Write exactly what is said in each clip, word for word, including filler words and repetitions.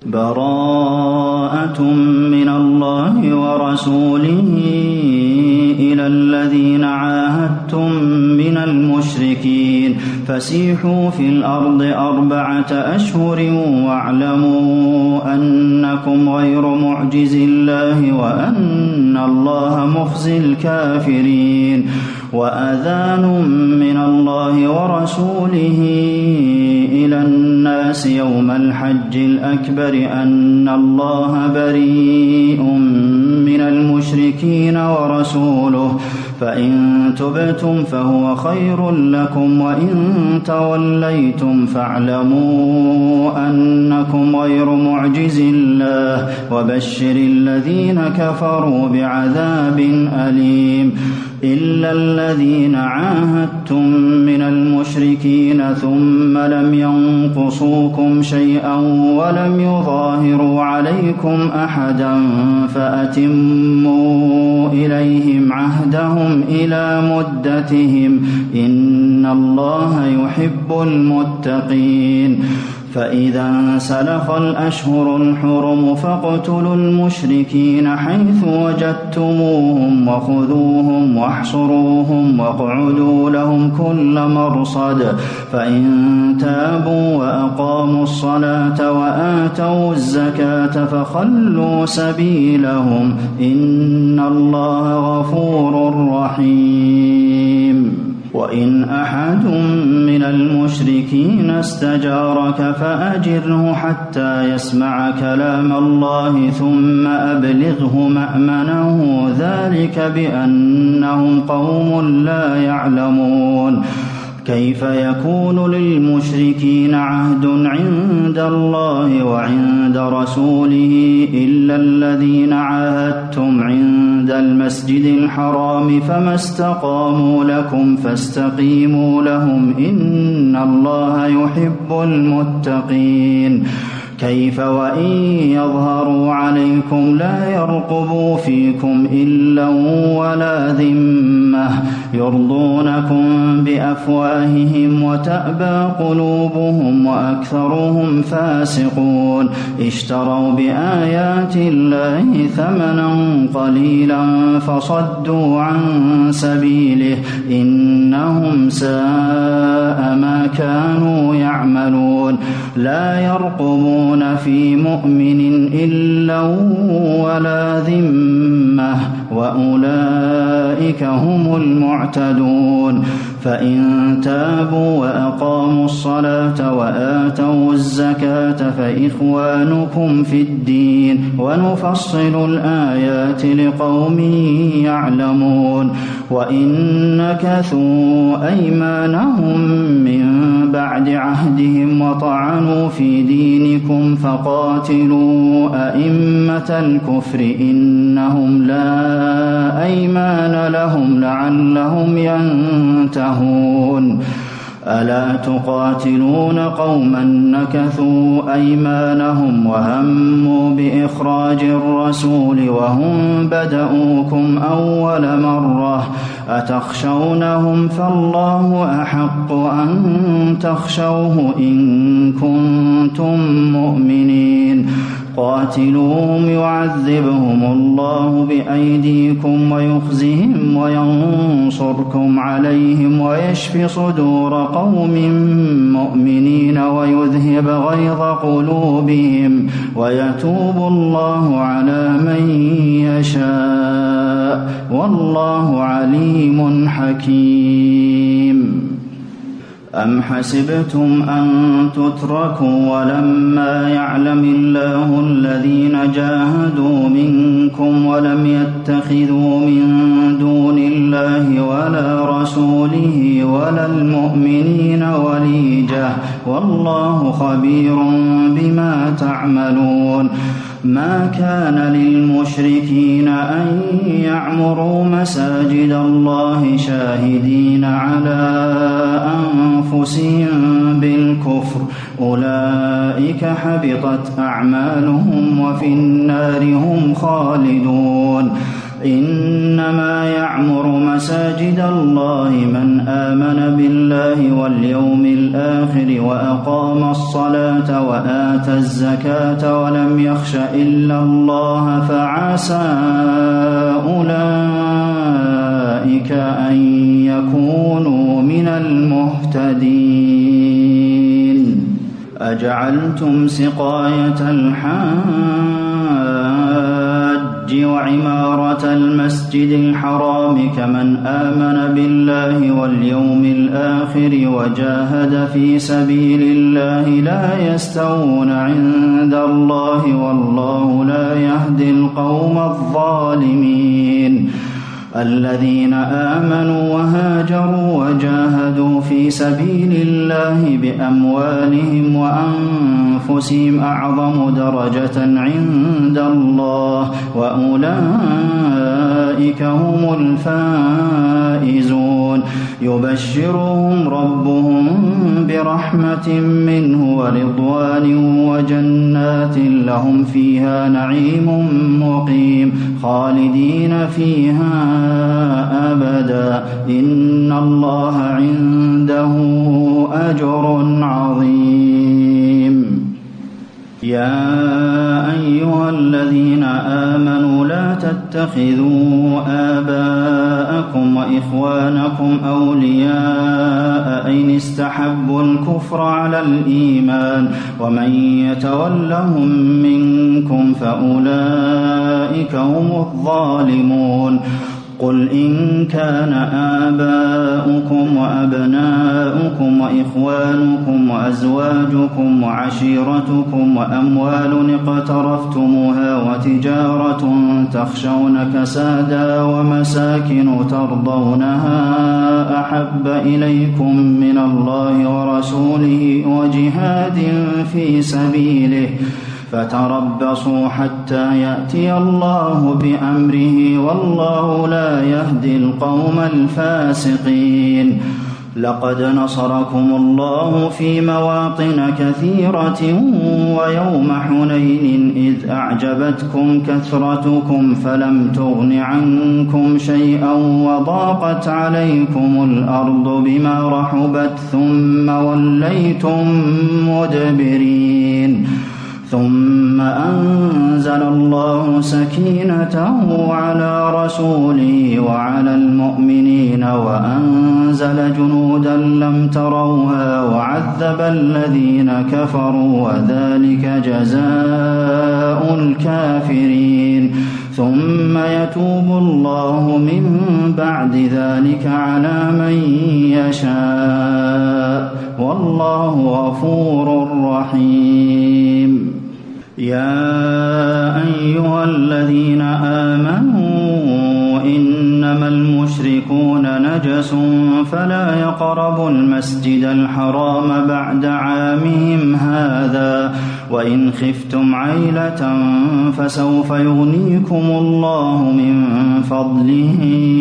براءة من الله ورسوله إلى الذين عاهدتم من المشركين فسيحوا في الأرض أربعة أشهر واعلموا أنكم غير معجز الله وأن الله مخزي الكافرين وأذان من الله ورسوله إلى الناس يوم الحج الأكبر أن الله بريء من المشركين ورسوله فإن تبتم فهو خير لكم وإن توليتم فاعلموا أنكم غير معجز الله وبشر الذين كفروا بعذاب أليم إلا الذين عاهدتم من المشركين ثم لم ينقصوكم شيئا ولم يظاهروا عليكم أحدا فأتموا إليهم عهدهم إلى مدتهم إن الله يحب المتقين فإذا انسلخ الأشهر الحرم فاقتلوا المشركين حيث وجدتموهم وخذوهم واحصروهم واقعدوا لهم كل مرصد فإن تابوا وأقاموا الصلاة وآتوا الزكاة فخلوا سبيلهم إن الله غفور رحيم وإن أحد من المشركين استجارك فأجره حتى يسمع كلام الله ثم أبلغه مأمنه ذلك بأنهم قوم لا يعلمون كيف يكون للمشركين عهد عند الله وعند رسوله إلا الذين عاهدتم عند المسجد الحرام فما استقاموا لكم فاستقيموا لهم إن الله يحب المتقين كيف وإن يظهروا عليكم لا يرقبوا فيكم إلا ولا ذمة يرضونكم بأفواههم وتأبى قلوبهم وأكثرهم فاسقون اشتروا بآيات الله ثمنا قليلا فصدوا عن سبيله إنهم ساء ما كانوا يعملون لا يرقبون في مؤمن إلا ولا ذمة وأولئك هم المعتدون فإن تابوا وأقاموا الصلاة وآتوا الزكاة فإخوانكم في الدين ونفصل الآيات لقوم يعلمون وإن نكثوا أيمانهم من بعد عهدهم وطعنوا في دينكم فقاتلوا أئمة الكفر إنهم لا أيمان لهم لعلهم ينتهون ألا تقاتلون قوما نكثوا أيمانهم وهموا بإخراج الرسول وهم بدؤوكم أول مرة أتخشونهم فالله أحق أن تخشوه إن كنتم مؤمنين قاتلوهم يعذبهم الله بأيديكم ويخزهم وينصركم عليهم ويشف صدور قوم مؤمنين ويذهب غيظ قلوبهم ويتوب الله على من يشاء والله عليم حكيم أم حسبتم أن تتركوا ولما يعلم الله الذين جاهدوا منكم ولم يتخذوا من دون الله ولا رسوله ولا المؤمنين وليجة والله خبير بما تعملون ما كان للمشركين أن يعمروا مساجد الله شاهدين على أنفسهم بالكفر أولئك حبطت أعمالهم وفي النار هم خالدون إنما يعمر مساجد الله من آمن بالله واليوم الآخر وأقام الصلاة وآتى الزكاة ولم يخش إلا الله فعسى أولئك أن يكونوا من المهتدين. أجعلتم سقاية الحاج وعمارة المسجد الحرام كمن آمن بالله واليوم الآخر وجاهد في سبيل الله لا يستوون عند الله والله لا يهدي القوم الظالمين. الذين آمنوا وهاجروا وجاهدوا في سبيل الله بأموالهم وأنفسهم أعظم درجة عند الله وأولئك هم الفائزون. يبشرهم ربهم برحمة منه ورضوان وجنات لهم فيها نعيم مقيم خالدين فيها أبدا إن الله عنده أجر عظيم. يا أيها الذين آمنوا لا تتخذوا آباءكم وإخوانكم أولياء إن استحبوا الكفر على الإيمان ومن يتولهم منكم فأولئك هم الظالمون. قل إن كان آباؤكم وأبناؤكم وإخوانكم وأزواجكم وعشيرتكم وأموال اقترفتموها وتجارة تخشون كسادها ومساكن ترضونها أحب إليكم من الله ورسوله وجهاد في سبيله فتربصوا حتى يأتي الله بأمره والله لا يهدي القوم الفاسقين. لقد نصركم الله في مواطن كثيرة ويوم حنين إذ أعجبتكم كثرتكم فلم تغن عنكم شيئا وضاقت عليكم الأرض بما رحبت ثم وليتم مدبرين. ثم أنزل الله سكينته على رسوله وعلى المؤمنين وأنزل جنودا لم تروها وعذب الذين كفروا وذلك جزاء الكافرين. ثم يتوب الله من بعد ذلك على من يشاء والله غفور رحيم. يا أيها الذين آمنوا إنما المشركون نجس فلا يقربوا المسجد الحرام بعد عامهم هذا وإن خفتم عيلة فسوف يغنيكم الله من فضله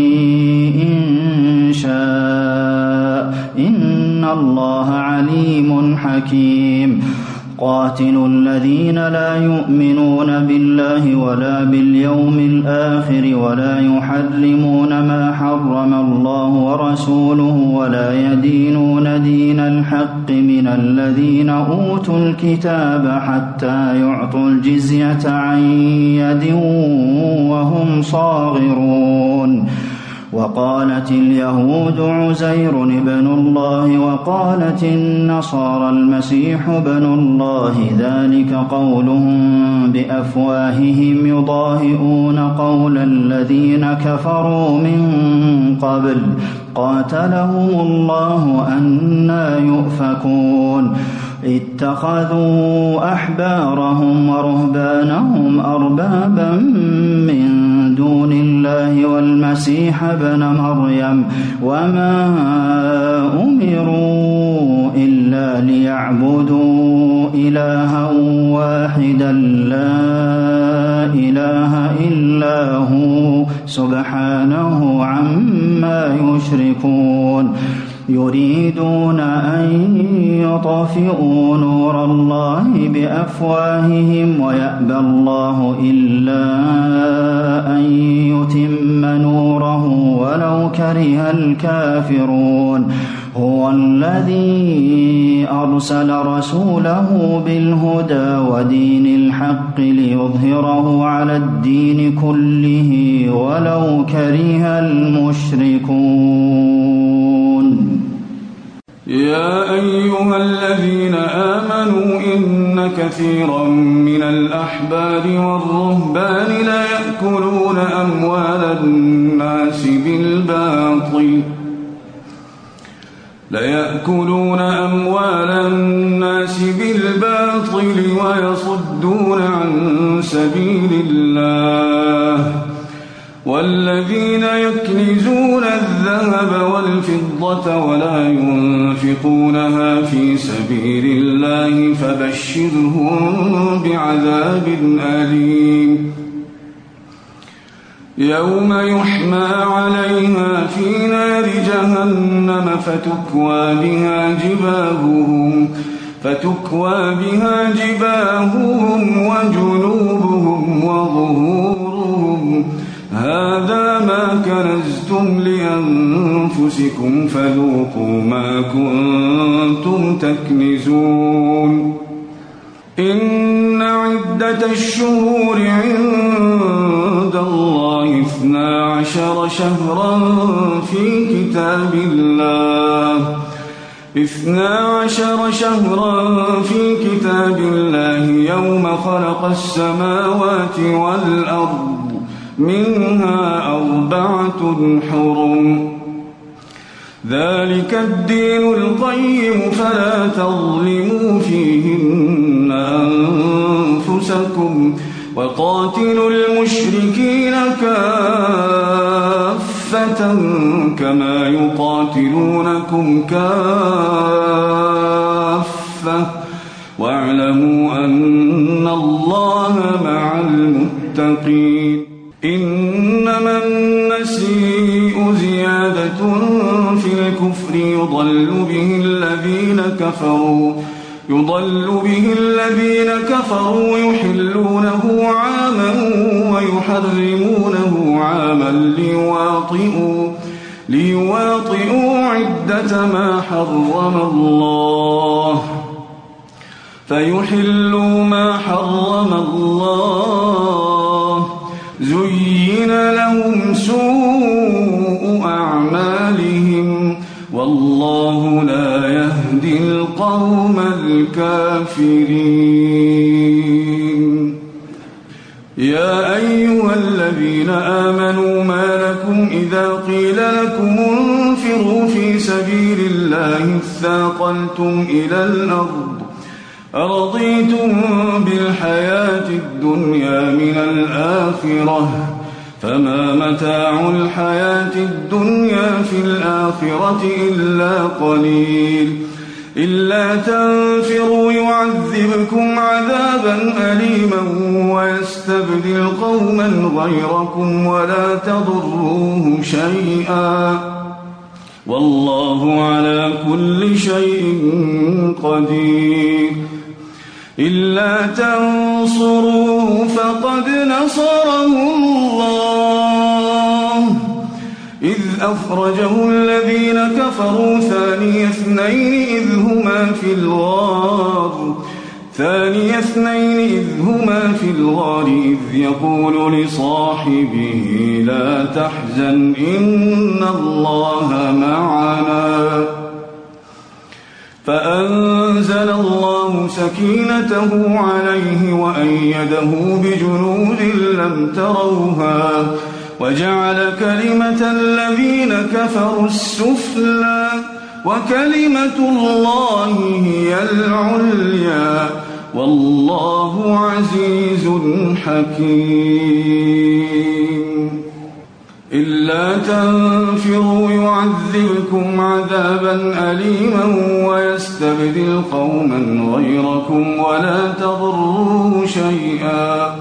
إن شاء إن الله عليم حكيم. قاتلوا الذين لا يؤمنون بالله ولا باليوم الآخر ولا يحرمون ما حرم الله ورسوله ولا يدينون دين الحق من الذين أوتوا الكتاب حتى يعطوا الجزية عن يد وهم صاغرون. وقالت اليهود عزير ابن الله وقالت النصارى المسيح ابن الله ذلك قولهم بأفواههم يضاهئون قول الذين كفروا من قبل قاتلهم الله أنى يؤفكون. اتخذوا أحبارهم ورهبانهم أربابا من دون الله والمسيح ابن مريم وما أمروا إلا ليعبدوا إلها واحدا لا إله إلا هو سبحانه عما يشركون. يريدون أن يطفئوا نور الله بأفواههم ويأبى الله إلا أن يتم نوره ولو كره الكافرون هو الذي أرسل رسوله بالهدى ودين الحق ليظهره على الدين كله ولو كره المشركون. يا أيها الذين آمنوا إن كثيرا من الأحبار والرهبان لا يأكلون أموال الناس بالباطل لا يأكلون أموال الناس بالباطل ويصدون عن سبيل الله والذين يكنزون الذهب والفضة ولا ينفقونها في سبيل الله فبشرهم بعذاب أليم يوم يحمى عليها في نار جهنم فتكوى بها جباههم فتكوى بها جباههم وجنوبهم وظهورهم هذا ما كنزتم لأنفسكم فذوقوا ما كنتم تكنزون. إن عدة الشهور عند الله اثنا عشر شهرا في كتاب الله اثنا عشر شهرا في كتاب الله يوم خلق السماوات والأرض منها أربعة حرم ذلك الدين القيم فلا تظلموا فيهن أنفسكم وقاتلوا المشركين كافة كما يقاتلونكم كافة واعلموا أن الله مع المتقين. إنما النسيء زيادة في الكفر يضل به الذين كفروا يضل به الذين كفروا يحلونه عاما ويحرمونه عاما ليواطئوا ليواطئوا عدة ما حرم الله فيحلوا ما حرم الله زين لهم سوء أعمالهم والله لا يهدي القوم الكافرين. يا أيها الذين آمنوا ما لكم إذا قيل لكم انفروا في سبيل الله اثاقلتم إلى الأرض أرضيتم بالحياة الدنيا من الآخرة فما متاع الحياة الدنيا في الآخرة إلا قليل إلا تنفروا يعذبكم عذابا أليما ويستبدل قوما غيركم ولا تضروه شيئا والله على كل شيء قدير. إلا تنصروه فقد نصره الله إذ أخرجه الذين كفروا ثاني اثنين إذ هما في الغار ثاني اثنين إذ هما في الغار إذ يقول لصاحبه لا تحزن إن الله معنا فأنزل الله سكينته عليه وأيده بجنود لم تروها وجعل كلمة الذين كفروا السفلى وكلمة الله هي العليا والله عزيز حكيم. إلا تنفروا يعذبكم عذابا أليما ويستبدل قوما غيركم ولا تضروه شيئا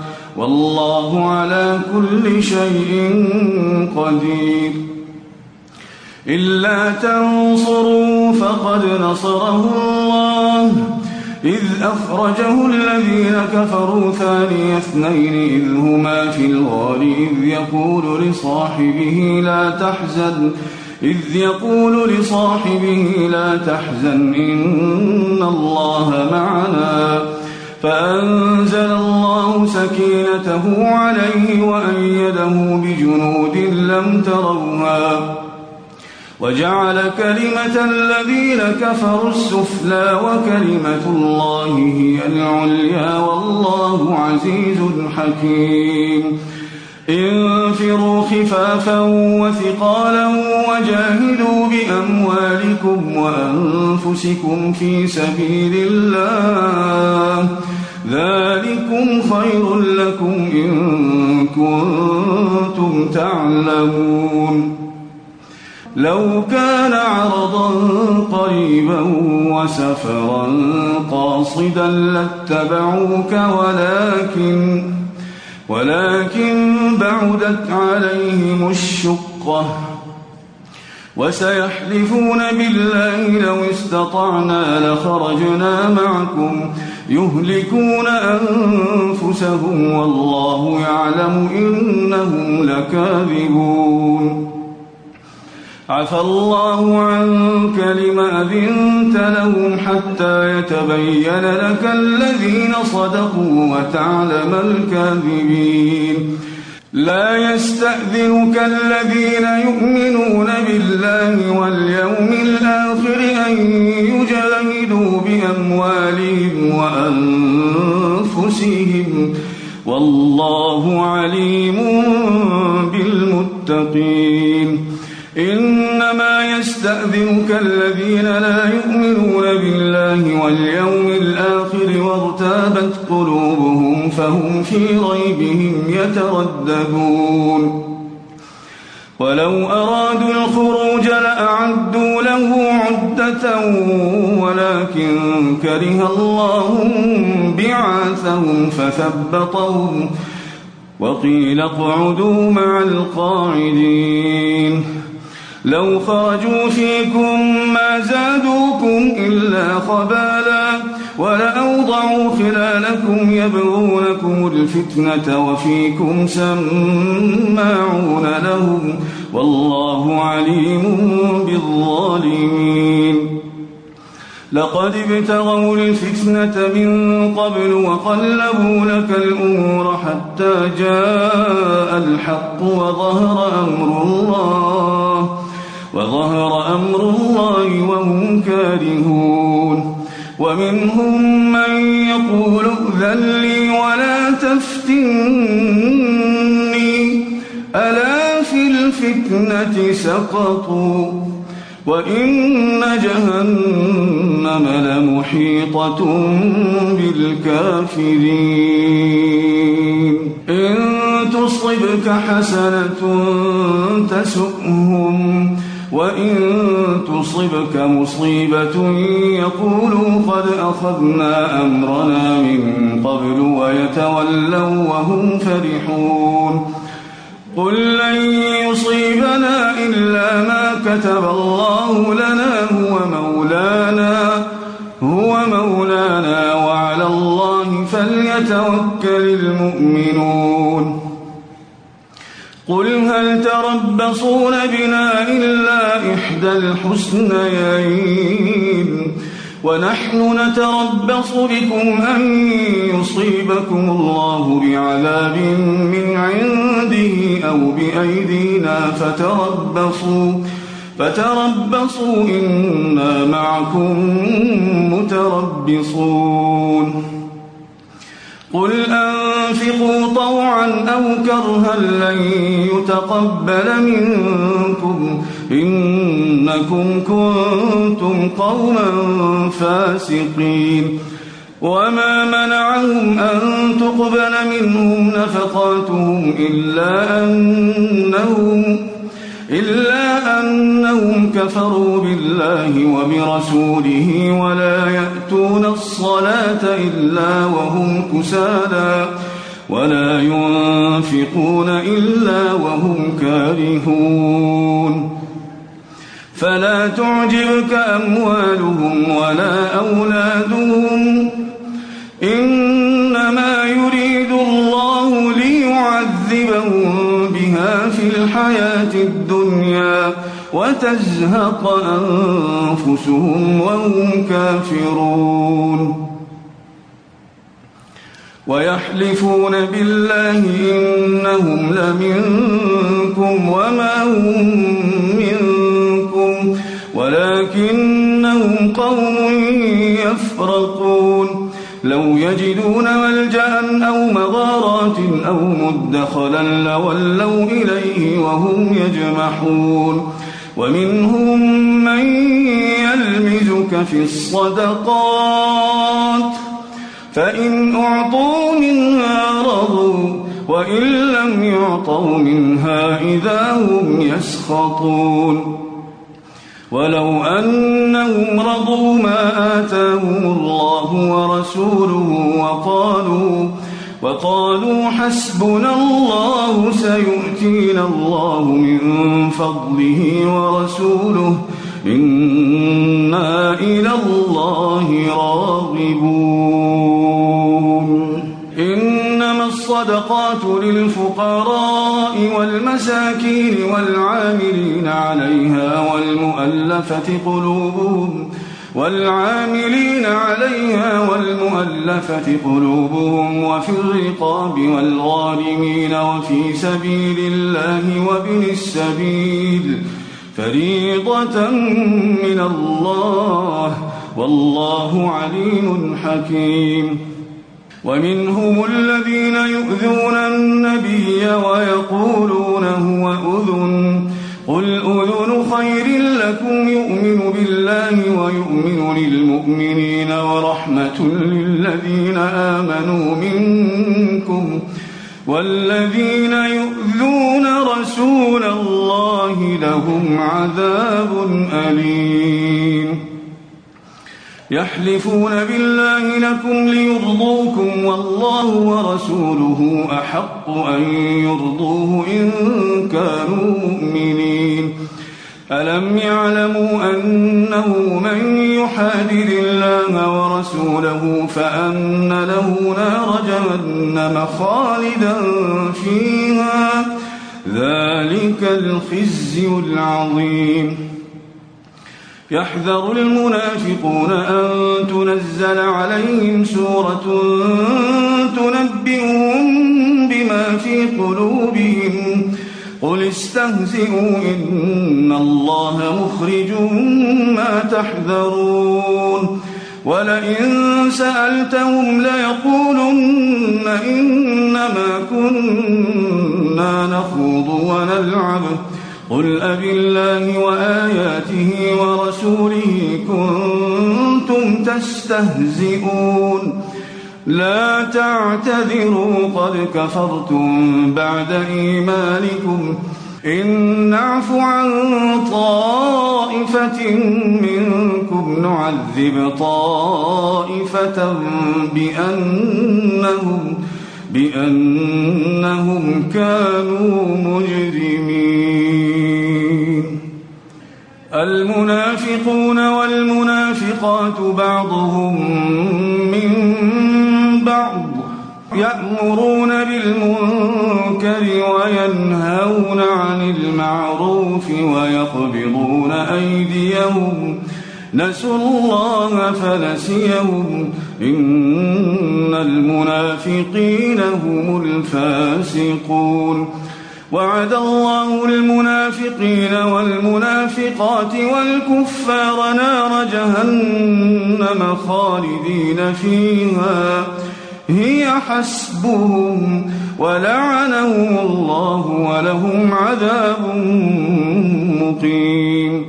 والله على كل شيء قدير. إلا تنصروا فقد نصره الله إذ أخرجه الذين كفروا ثاني اثنين إذ هما في الغار إذ يقول لصاحبه لا تحزن إذ يقول لصاحبه لا تحزن إن الله معنا فأنزل الله سكينته عليه وأيده بجنود لم تروها وجعل كلمة الذين كفروا السفلى وكلمة الله هي العليا والله عزيز حكيم انفروا خفافا وثقالا وجاهدوا بأموالكم وأنفسكم في سبيل الله ذلكم خير لكم إن كنتم تعلمون لو كان عرضا قريبا وسفرا قاصدا لاتبعوك ولكن ولكن بعدت عليهم الشقة وسيحلفون بالله لو استطعنا لخرجنا معكم يهلكون أنفسهم والله يعلم إنهم لكاذبون عفى الله عنك لما أذنت لهم حتى يتبين لك الذين صدقوا وتعلم الكاذبين لا يستأذنك الذين يؤمنون بالله واليوم الآخر أن يجاهدوا بأموالهم وأنفسهم والله عليم بالمتقين إنما يستأذنك الذين لا يؤمنون بالله واليوم الآخر وارتابت قلوبهم فهم في ريبهم يترددون ولو أرادوا الخروج لأعدوا له عدة ولكن كره الله بعاثهم فثبطهم وقيل اقعدوا مع القاعدين لو خرجوا فيكم ما زادوكم إلا خبالا ولأوضعوا خلالكم يبغونكم الفتنة وفيكم سماعون لهم والله عليم بالظالمين لقد ابتغوا الفتنة من قبل وقلبوا لك الأمور حتى جاء الحق وظهر أمر الله وظهر أمر الله وهم كارهون ومنهم من يقول ائذن لي ولا تفتني ألا في الفتنة سقطوا وإن جهنم لمحيطة بالكافرين إن تصبك حسنة تسؤهم وإن تصبك مصيبة يقولوا قد أخذنا أمرنا من قبل ويتولوا وهم فرحون قل لن يصيبنا إلا ما كتب الله لنا هو مولانا هو مولانا وعلى الله فليتوكل المؤمنون قل هل تربصون بنا إلا إحدى الحسنيين ونحن نتربص بكم أن يصيبكم الله بعذاب من عنده أو بأيدينا فتربصوا فتربصوا إنا معكم متربصون قل أنفقوا طوعا أو كرها لن يتقبل منكم إنكم كنتم قوما فاسقين وما منعهم أن تقبل منهم نفقاتهم إلا أنهم إلا أنهم كفروا بالله وبرسوله ولا يأتون الصلاة إلا وهم كسالى ولا ينفقون إلا وهم كارهون فلا تعجبك أموالهم ولا أولادهم إنما يريد الله ليعذبهم بها في الحياة الدنيا وتزهق أنفسهم وهم كافرون ويحلفون بالله إنهم لمنكم وما هم منكم ولكنهم قوم يفرقون لو يجدون ملجأ أو مغارات أو مدخلا لولوا إليه وهم يجمحون ومنهم من يلمزك في الصدقات فإن أعطوا منها رضوا وإن لم يعطوا منها إذا هم يسخطون ولو أنهم رضوا ما آتاهم الله ورسوله وقالوا وقالوا حسبنا الله سيؤتينا الله من فضله ورسوله إنا إلى الله راغبون إنما الصدقات للفقراء والمساكين والعاملين عليها والمؤلفة قلوبهم والعاملين عليها والمؤلفة قلوبهم وفي الرقاب والغارمين وفي سبيل الله وابن السبيل فريضة من الله والله عليم حكيم ومنهم الذين يؤذون النبي ويقولون هو أذن قل أذن خير لكم يؤمن بالله ويؤمن للمؤمنين ورحمة للذين آمنوا منكم والذين يؤذون رسول الله لهم عذاب أليم يحلفون بالله لكم ليرضوكم والله ورسوله أحق أن يرضوه إن كانوا مؤمنين ألم يعلموا أنه من يحادد الله ورسوله فأن له نار جهنم خالدا فيها ذلك الخزي العظيم يحذر المنافقون أن تنزل عليهم سورة تنبئهم بما في قلوبهم قل استهزئوا إن الله مخرج ما تحذرون ولئن سألتهم ليقولن إنما كنا نخوض ونلعب قل أبالله وآياته ورسوله كنتم تستهزئون لا تعتذروا قد كفرتم بعد إيمانكم إن نعف عن طائفة منكم نعذب طائفة بأنهم بأنهم كانوا مجرمين المنافقون والمنافقات بعضهم من بعض يأمرون بالمنكر وينهون عن المعروف ويقبضون أيديهم نسوا الله فنسيهم إن المنافقين هم الفاسقون وعد الله المنافقين والمنافقات والكفار نار جهنم خالدين فيها هي حسبهم ولعنهم الله ولهم عذاب مقيم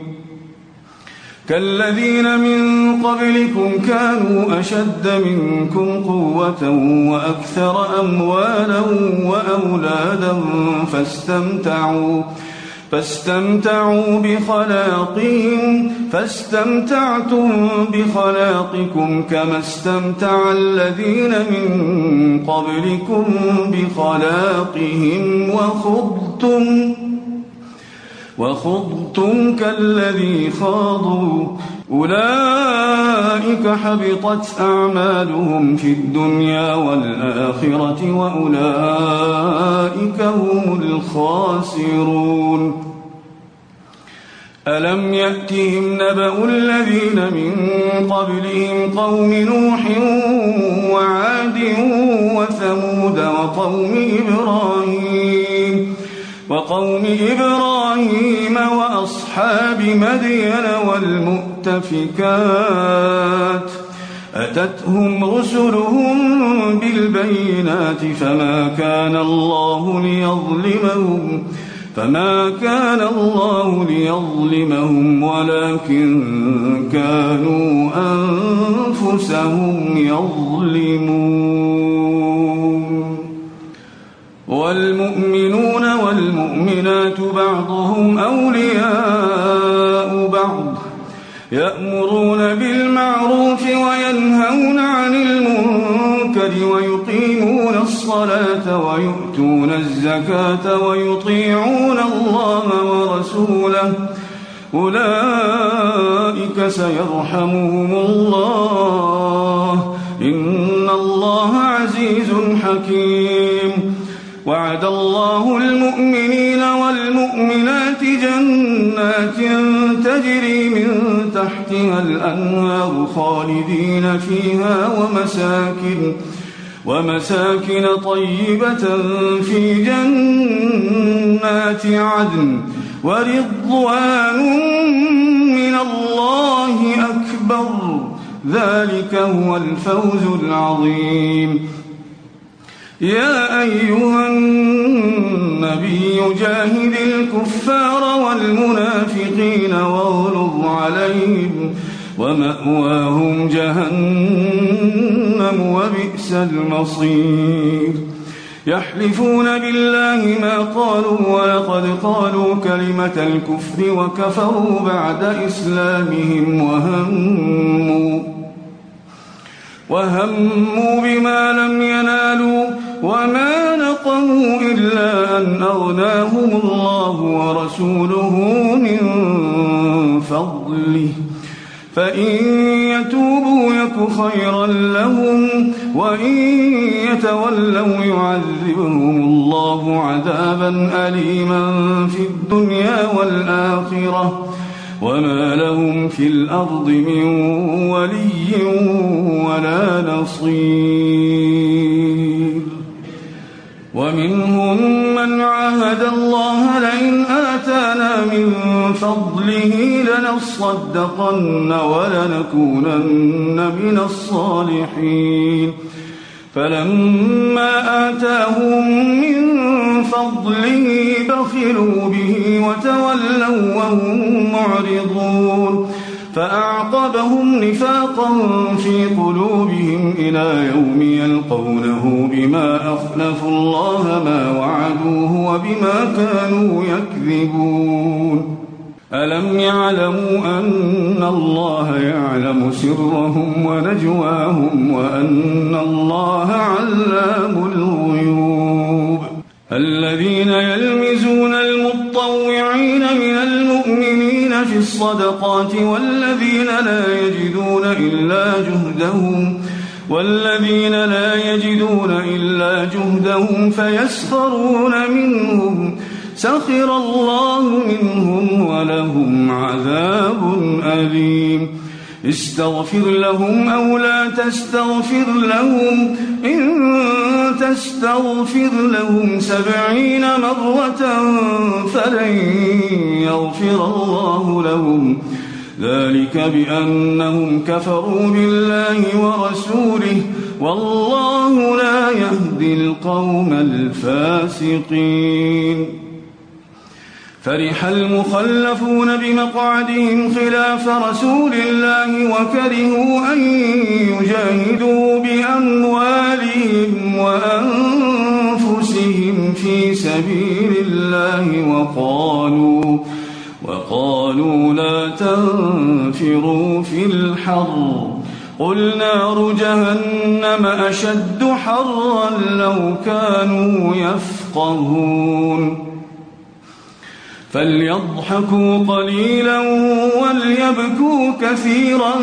كالذين من قبلكم كانوا أشد منكم قوة وأكثر أموالا وأولادا فاستمتعوا فاستمتعوا بخلاقهم فاستمتعتم بخلاقكم كما استمتع الذين من قبلكم بخلاقهم وخضتم وخضتم كالذي خاضوا أولئك حبطت أعمالهم في الدنيا والآخرة وأولئك هم الخاسرون. ألم يأتهم نبأ الذين من قبلهم قوم نوح وعاد وثمود وقوم إبراهيم وقوم إبراهيم وأصحاب مدين والمؤتفكات أتتهم رسلهم بالبينات فما كان الله ليظلمهم فما كان الله ليظلمهم ولكن كانوا أنفسهم يظلمون. والمؤمنون والمؤمنات بعضهم أولياء بعض يأمرون بالمعروف وينهون عن المنكر ويقيمون الصلاة ويؤتون الزكاة ويطيعون الله ورسوله أولئك سيرحمهم الله إن الله عزيز حكيم. وعد الله المؤمنين والمؤمنات جنات تجري من تحتها الأنهار خالدين فيها ومساكن ومساكن طيبة في جنات عدن ورضوان من الله أكبر ذلك هو الفوز العظيم. يا أيها النبي جاهد الكفار والمنافقين واغلظ عليهم ومأواهم جهنم وبئس المصير. يحلفون بالله ما قالوا ولقد قالوا كلمة الكفر وكفروا بعد إسلامهم وهموا وهموا بما لم ينالوا وما نقموا إلا أن أغناهم الله ورسوله من فضله فإن يتوبوا يك خيرا لهم وإن يتولوا يعذبهم الله عذابا أليما في الدنيا والآخرة وما لهم في الأرض من ولي ولا نصير. ومنهم من عاهد الله لئن آتانا من فضله لنصدقن ولنكونن من الصالحين فلما آتاهم من فضله بخلوا به وتولوا وهم معرضون فأعقبهم نفاقا في قلوبهم إلى يوم يلقونه بما أخلفوا الله ما وعدوه وبما كانوا يكذبون. ألم يعلموا أن الله يعلم سرهم ونجواهم وأن الله علام الغيوب. الذين يلمزون المطوعين من المؤمنين في الصدقات والذين لا يجدون إلا جهدهم والذين لا يجدون إلا جهدهم فيسخرون منهم سخر الله منهم ولهم عذاب أليم. استغفر لهم أو لا تستغفر لهم إن تستغفر لهم سبعين مرة فلن يغفر الله لهم ذلك بأنهم كفروا بالله ورسوله والله لا يهدي القوم الفاسقين. فرح المخلفون بمقعدهم خلاف رسول الله وكرهوا أن يجاهدوا بأموالهم وأنفسهم في سبيل الله وقالوا وقالوا لا تنفروا في الحر قل نار جهنم أشد حرا لو كانوا يفقهون. فليضحكوا قليلا وليبكوا كثيرا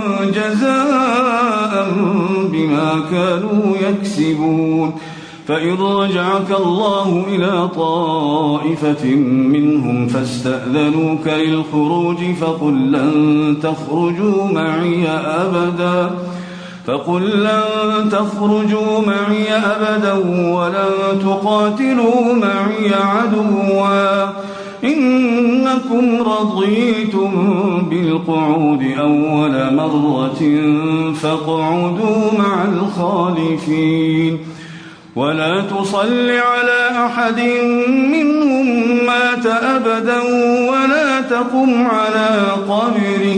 جزاء بما كانوا يكسبون. فإن رجعك الله إلى طائفة منهم فاستأذنوك للخروج فقل لن تخرجوا معي أبدا فقل لن تخرجوا معي أبدا ولن تقاتلوا معي عدوا إنكم رضيتم بالقعود أول مرة فاقعدوا مع الخالفين. ولا تصل على أحد منهم مات أبدا ولا تقم على قبره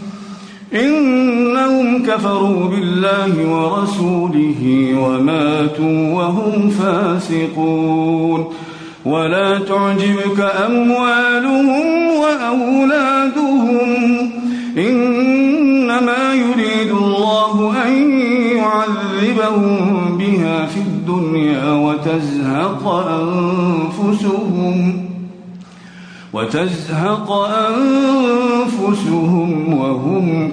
إنهم كفروا بالله ورسوله وماتوا وهم فاسقون. ولا تعجبك أموالهم وأولادهم إنما يريد الله أن يعذبهم بها في الدنيا وتزهق أنفسهم وتزهق أنفسهم وهم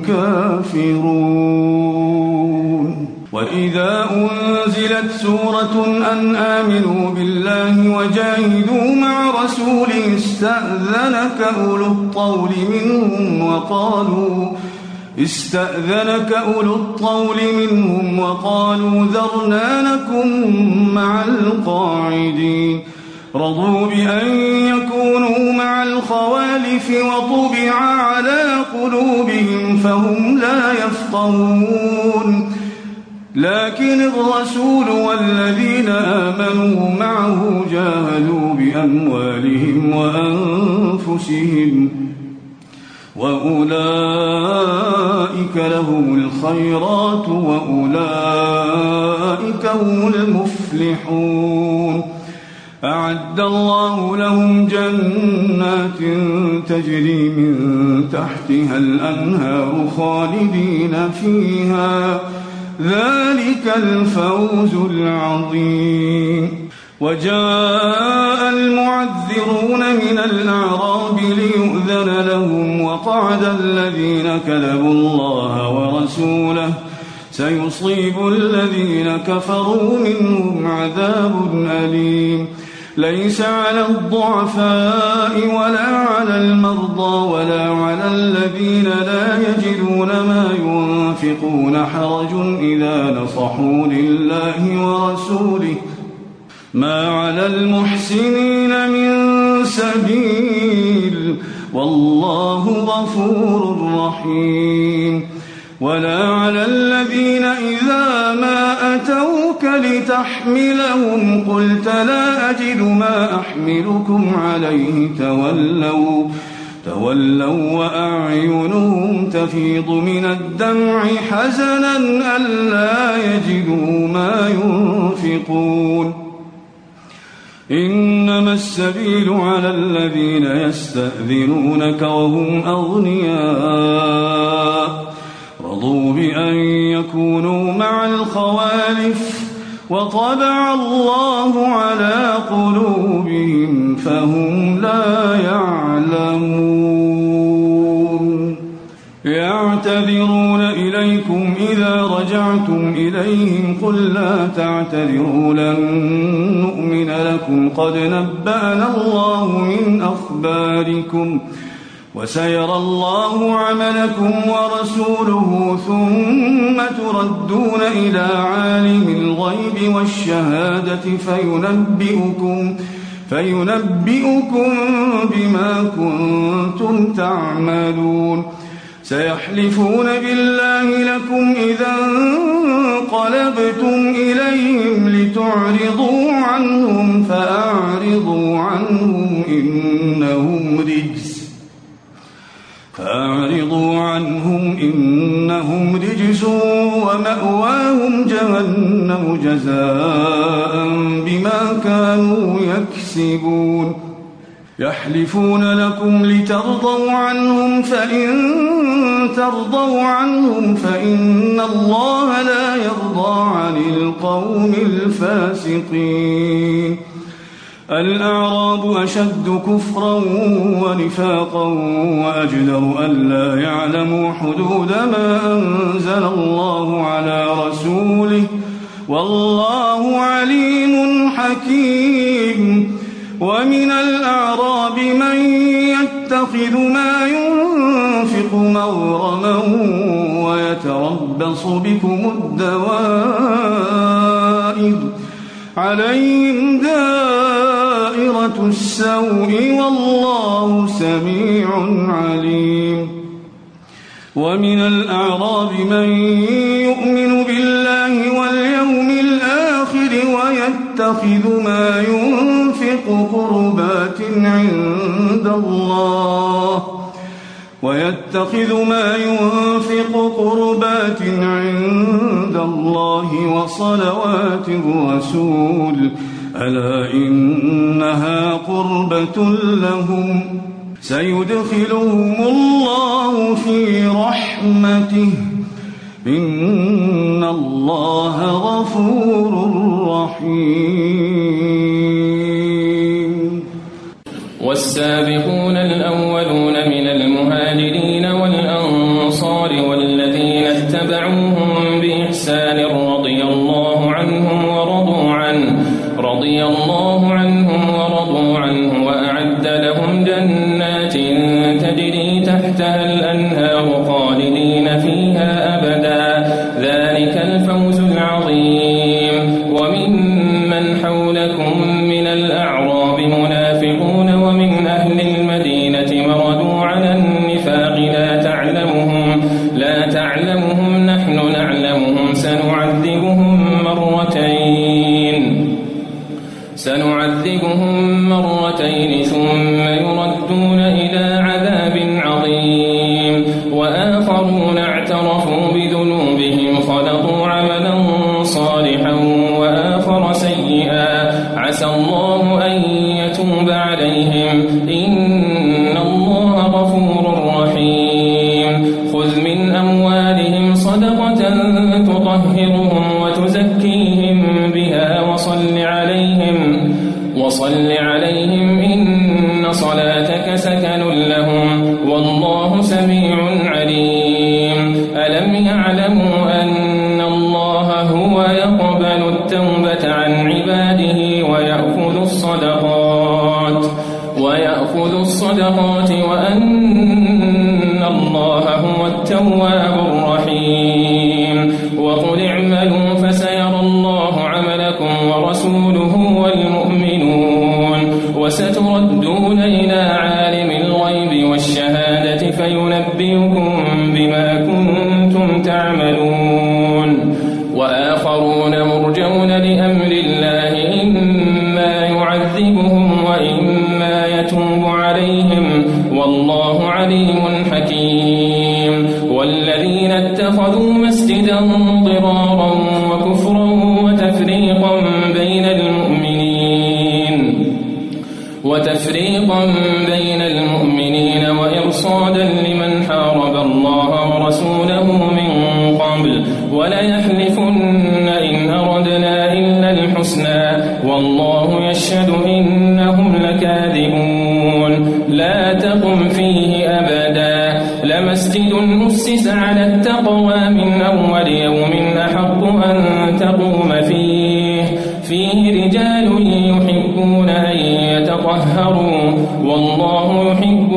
كافرون. وإذا أنزلت سورة أن آمنوا بالله وجاهدوا مع رسوله استأذنك أولو الطول منهم وقالوا استأذنك أولو الطول منهم وقالوا ذرنا نكن مع القاعدين. رضوا بأن يكونوا مع الخوالف وطبع على قلوبهم فهم لا يفقهون. لكن الرسول والذين آمنوا معه جاهدوا بأموالهم وأنفسهم وأولئك لهم الخيرات وأولئك هم المفلحون. أعد الله لهم جنات تجري من تحتها الأنهار خالدين فيها ذلك الفوز العظيم. وجاء المعذرون من الأعراب ليؤذن لهم وقعد الذين كذبوا الله ورسوله سيصيب الذين كفروا منهم عذاب أليم. ليس على الضعفاء ولا على المرضى ولا على الذين لا يجدون ما ينفقون حرج إذا نصحوا لله ورسوله ما على المحسنين من سبيل والله غفور رحيم. ولا على الذين إذا ما أتوك لتحملهم قلت لا أجد ما أحملكم عليه تولوا تولوا وأعينهم تفيض من الدمع حزنا ألا يجدوا ما ينفقون. إنما السبيل على الذين يستأذنونك وهم أغنياء رضوا بأن يكونوا مع الخوالف وطبع الله على قلوبهم فهم لا يعلمون. يعتذرون إليكم إذا رجعتم إليهم قل لا تعتذروا لن نؤمن لكم قد نبأنا الله من أخباركم وسيرى الله عملكم ورسوله ثم تردون إلى عالم الغيب والشهادة فينبئكم فينبئكم بما كنتم تعملون. سيحلفون بالله لكم إذا انقلبتم إليهم لتعرضوا عنهم فأعرضوا عنهم إنهم رجس فأعرضوا عنهم إنهم رجس ومأواهم جهنم جزاء بما كانوا يكسبون. يحلفون لكم لترضوا عنهم فإن ترضوا عنهم فإن الله لا يرضى عن القوم الفاسقين. الأعراب أشد كفرا ونفاقا وأجدر ألا يعلموا حدود ما أنزل الله على رسوله والله عليم حكيم. ومن الأعراب من يتخذ ما ينفق مغرما ويتربص بكم الدوائر عليهم دائرة السوء والله سميع عليم. ومن الأعراب من يؤمن بالله واليوم الآخر ويتخذ ما ينفق قربات عند الله ويتخذ ما ينفق قربات عند الله وصلوات الرسول ألا إنها قربة لهم سيدخلهم الله في رحمته إن الله غفور رحيم. والسابقون الأولون من المهاجرين والأنصار والذين اتبعوهم بإحسان رضي الله عنهم ورضوا عنه رضي الله عنهم ورضوا عنه وأعد لهم جنات تجري تحتها الأنهار خالدين فيها أبدا ذلك الفوز العظيم. وممن حولكم من الأعراب منافقون ومن أهل المدينة مردوا على النفاق لا تعلمهم لا تعلمهم نحن نعلمهم سنعذبهم مرتين سنعذبهم مرتين ثم يردون إلى عذاب عظيم. وآخرون اعترفوا بذنوبهم خلطوا عملا صالحا وآخر سيئا عسى الله أن يتوب عليهم إن الله غفور رحيم. خذ من أموالهم صدقة تطهرهم وتزكيهم بها وصل عليهم وصل عليهم إن صلاتك سكن لهم والله سميع عليم. ألم يعلموا أن الله هو يقبل التوبة عن عباده ويأخذ الصدقات ويأخذ الصدقات وأن الله هو التواب الرحيم. وقل اعملوا فسيرى الله عملكم ورسوله والمؤمنون وستردون إلى عالم الغيب والشهادة فينبئكم بما كنتم تعملون. وآخرون مرجون لأمر الله إما يعذبهم وإما يتوب عليهم والله عليم حكيم. والذين اتخذوا مسجدا ضرارا وكفرا وتفريقا بين المؤمنين وتفريقا بين المؤمنين وإرصادا لمن حارب الله ورسوله من قبل وليحلفن إن أردنا إلا الحسنى والله يشهد إنهم لكاذبون. لا تقم فيه أبدا لمسجد أسس على التقوى من أول يوم أحق أن تقوم فيه فيه رجال يحبون أن يتطهروا والله يحب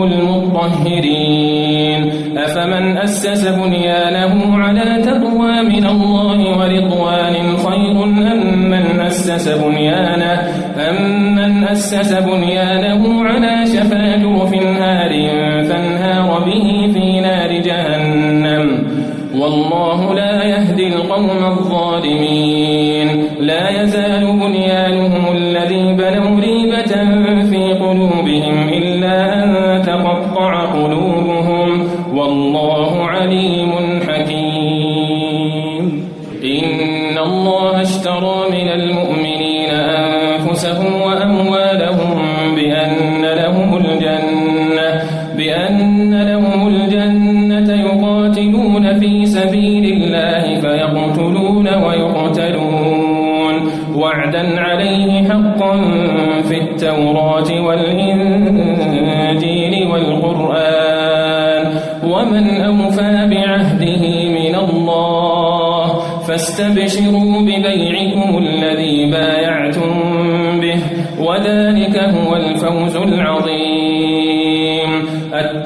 المطهرين. أفمن أسس بنيانه على تقوى من الله ورضوان خير أم من أسس بنيانه أم من أسس بنيانه على شفا جرف نار فانهار به في نار جهنم والله لا يهدي القوم الظالمين. لا يزال بنيانهم الذي بنوا ريبة في قلوبهم إلا أن تقطع قلوبهم والله عليم حكيم. إن الله اشترى من المؤمنين أنفسهم وأموالهم بأن لهم الجنة بأن لهم الجنة يقاتلون في سبيل الله فيقتلون ويقتلون وعدا وعدا عليه حقا في التوراة والإنجيل والقرآن ومن أوفى بعهده من الله فاستبشروا ببيعكم الذي بايعتم به وذلك هو الفوز العظيم.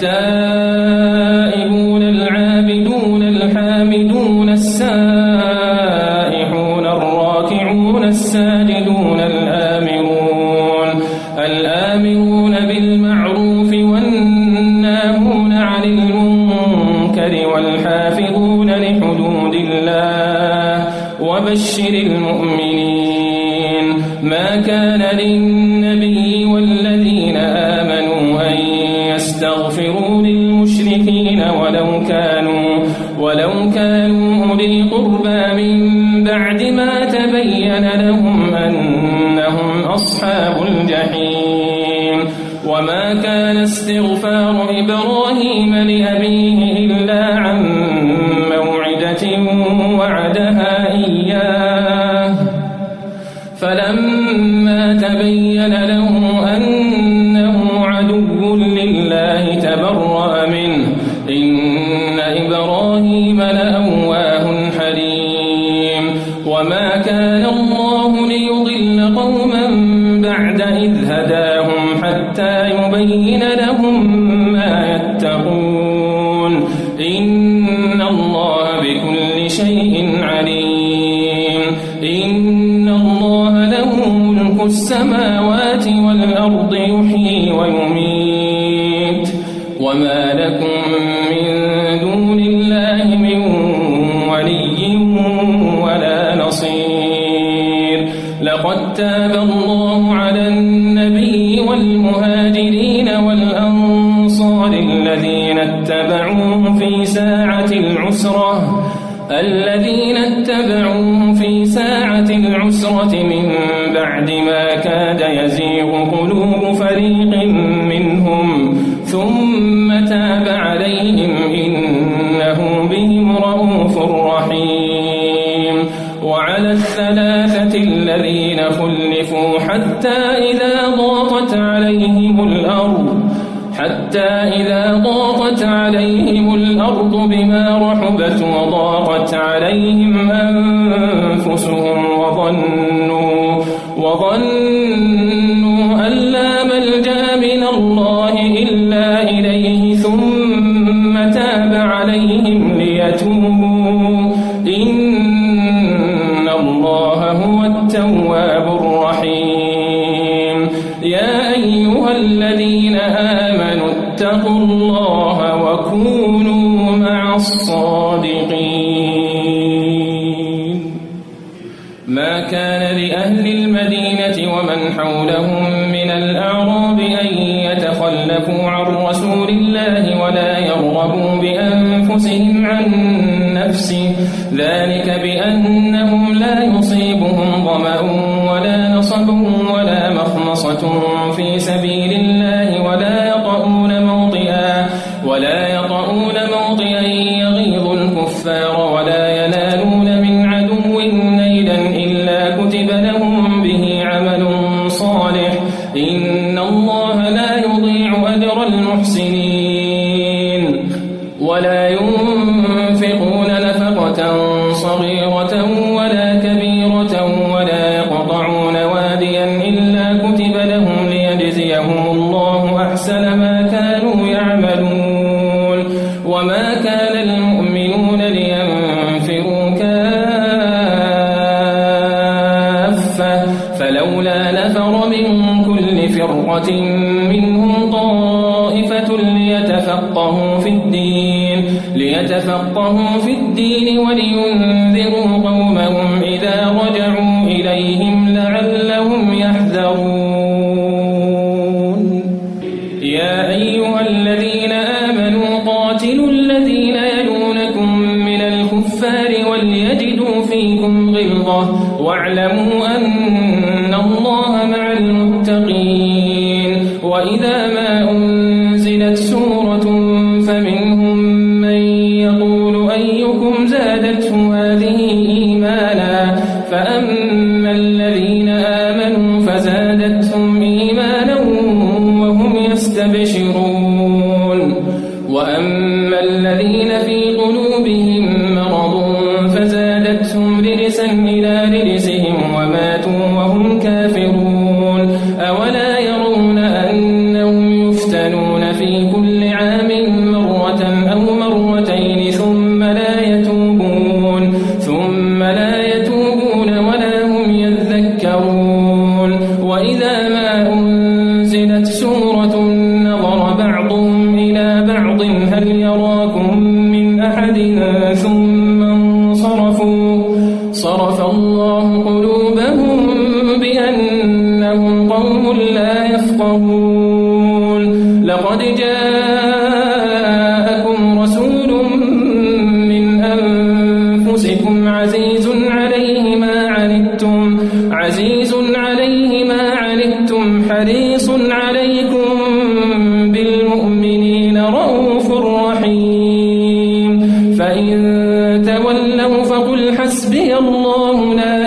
التائبون العابدون الحامدون السائحون الراكعون الساجدون الآمرون الآمرون بالمعروف والناهون عن المنكر والحافظون لحدود الله وبشر المؤمنين. ما كان للنبي والذين آمنوا أن يستغفروا للمشركين ولو كانوا ولو كانوا أولي قربى من بعد ما تبين لهم أنهم أصحاب الجحيم. وما كان استغفار إبراهيم لأبيه إلا عن موعدة وعدها إياه فلما تبين له أنه عدو لله تبرأ منه إن إبراهيم لأواه حليم. وما كان الله ليضل قوما بعد إذ هداهم حتى يبين لهم ما يتقون إن الله بكل شيء عليم. إن الله له ملك السماوات والأرض يحيي ويميت وما لكم من دون الله من ولي ولا نصير. لقد تاب الله على النبي والمهاجرين والأنصار الذين اتبعوه في ساعة العسرة الذين اتبعوه في ساعة العسرة من بعد ما كاد يزيغ قلوب فريق منهم ثم تاب عليهم إنه بهم رءوف رحيم. وعلى الثلاثة الذين خلفوا حتى إذا ضاقت عليهم الأرض حتى إذا ضاقت عليهم الأرض بما رحبت وضاقت عليهم أنفسهم وظنوا وظنوا أن لا ملجأ من الله إلا إليه ثم تاب عليهم ليتوبوا إن الله هو التواب الرحيم. يا أيها الذين آمنوا اتقوا الله وكونوا مع الصادقين. ما كان لأهل المدينة ومن حولهم من الأعراب أن يتخلفوا عن رسول الله ولا يرغبوا بأنفسهم عن نفسه ذلك بأنهم لا يصيبهم ظمأ ولا نصب ولا مخمصة في سبيل الله ولا يطؤون موطئا ولا يطؤون موطئا يغيظ الكفار ولا ينالون من عدو نيلا إلا كتب لهم به عمل صالح إن الله لا يضيع أجر المحسنين. ولا ينفقون نفقة صغيرة ولا كبيرة ولا يقطعون واديا إلا كتب لهم ليجزيهم الله أحسن ما كانوا يعملون. وما كان المؤمنون لينفروا كافة فلولا نفر من كل فرقة منهم طائفة ليتفقهوا في الدين ليتفقهوا في الدين ولينذروا قومهم إذا رجعوا إليهم لعلهم يحذرون. يا أيها الذين آمنوا قاتلوا الذين يلونكم من الكفار وليجدوا فيكم غلظة واعلموا أن الله مع المتقين. وإذا ما أنزلت سورة فمنهم من يقول أيكم زادته هذه إيمانا فأما الذين كلما أنزلت سورة نظر بعضهم إلى بعض هل يراكم من أحد ثم انصرفوا صرف الله قلوبهم بأنهم قوم لا يفقهون لقد جاءكم رسول من أنفسكم عزيز عليه ما عنتم عزيز عليه ما عنتم حريص عليكم بالمؤمنين رؤوف رحيم فإن تولوا فقل حسبي الله لا